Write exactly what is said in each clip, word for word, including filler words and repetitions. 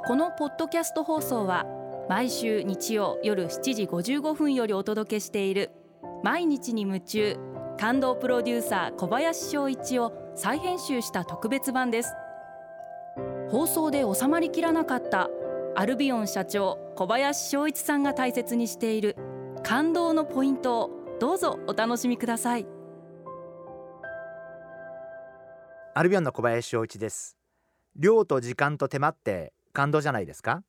このポッドキャスト放送は毎週日曜夜しちじごじゅうごふんよりお届けしている毎日に夢中感動プロデューサー小林翔一を再編集した特別版です。放送で収まりきらなかったアルビオン社長小林翔一さんが大切にしている感動のポイントをどうぞお楽しみください。 アルビオンの小林翔一です。量と時間と手間って感動じゃないですか。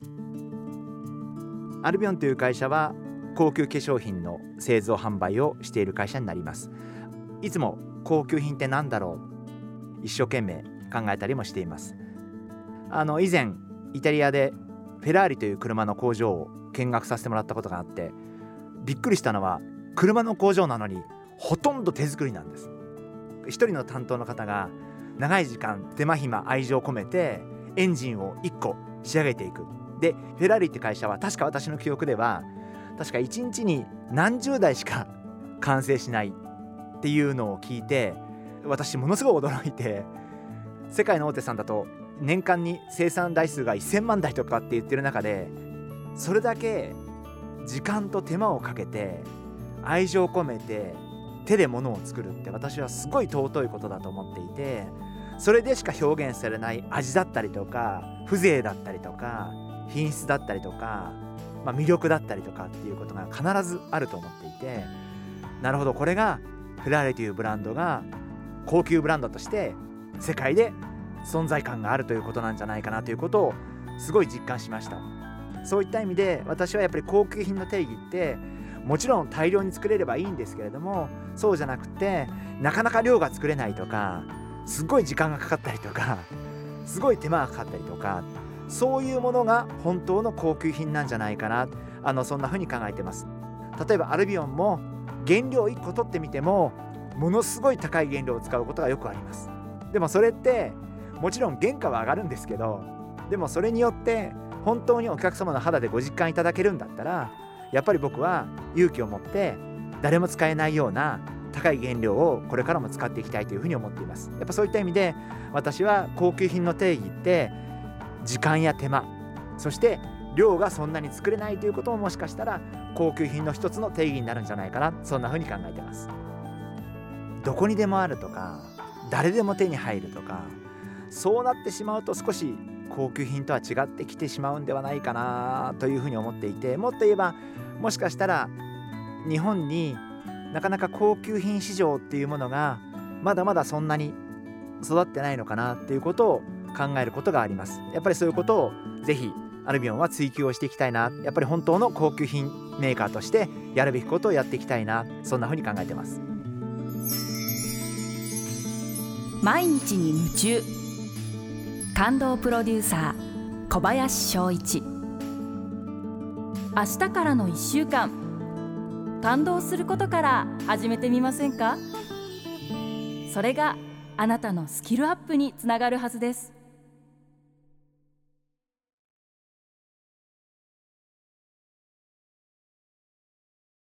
アルビオンという会社は高級化粧品の製造販売をしている会社になります。いつも高級品って何だろう一生懸命考えたりもしています。あの以前イタリアでフェラーリという車の工場を見学させてもらったことがあって、びっくりしたのは車の工場なのにほとんど手作りなんです。一人の担当の方が長い時間手間暇愛情を込めてエンジンをいっこ仕上げていく。でフェラーリって会社は確か私の記憶では確かいちにちに何十台しか完成しないっていうのを聞いて、私ものすごい驚いて、世界の大手さんだと年間に生産台数がせんまんだいとかって言ってる中で、それだけ時間と手間をかけて愛情を込めて手で物を作るって私はすごい尊いことだと思っていて、それでしか表現されない味だったりとか風情だったりとか品質だったりとか、まあ、魅力だったりとかっていうことが必ずあると思っていて、なるほど、これがフェラーリというブランドが高級ブランドとして世界で存在感があるということなんじゃないかなということをすごい実感しました。そういった意味で私はやっぱり高級品の定義ってもちろん大量に作れればいいんですけれども、そうじゃなくてなかなか量が作れないとか、すごい時間がかかったりとかすごい手間がかかったりとか、そういうものが本当の高級品なんじゃないかな、あのそんな風に考えてます。例えばアルビオンも原料いっこ取ってみてもものすごい高い原料を使うことがよくあります。でもそれってもちろん原価は上がるんですけど、でもそれによって本当にお客様の肌でご実感いただけるんだったら、やっぱり僕は勇気を持って誰も使えないような高い原料をこれからも使っていきたいというふうに思っています。やっぱそういった意味で私は高級品の定義って時間や手間、そして量がそんなに作れないということももしかしたら高級品の一つの定義になるんじゃないかな、そんなふうに考えています。どこにでもあるとか誰でも手に入るとか、そうなってしまうと少し高級品とは違ってきてしまうんではないかなというふうに思っていて、もっと言えばもしかしたら日本になかなか高級品市場っていうものがまだまだそんなに育ってないのかなっていうことを考えることがあります。やっぱりそういうことをぜひアルビオンは追求をしていきたいな、やっぱり本当の高級品メーカーとしてやるべきことをやっていきたいな、そんなふうに考えてます。 毎日に夢中感動プロデューサー小林翔一。明日からのいっしゅうかん、感動することから始めてみませんか？それがあなたのスキルアップにつながるはずです。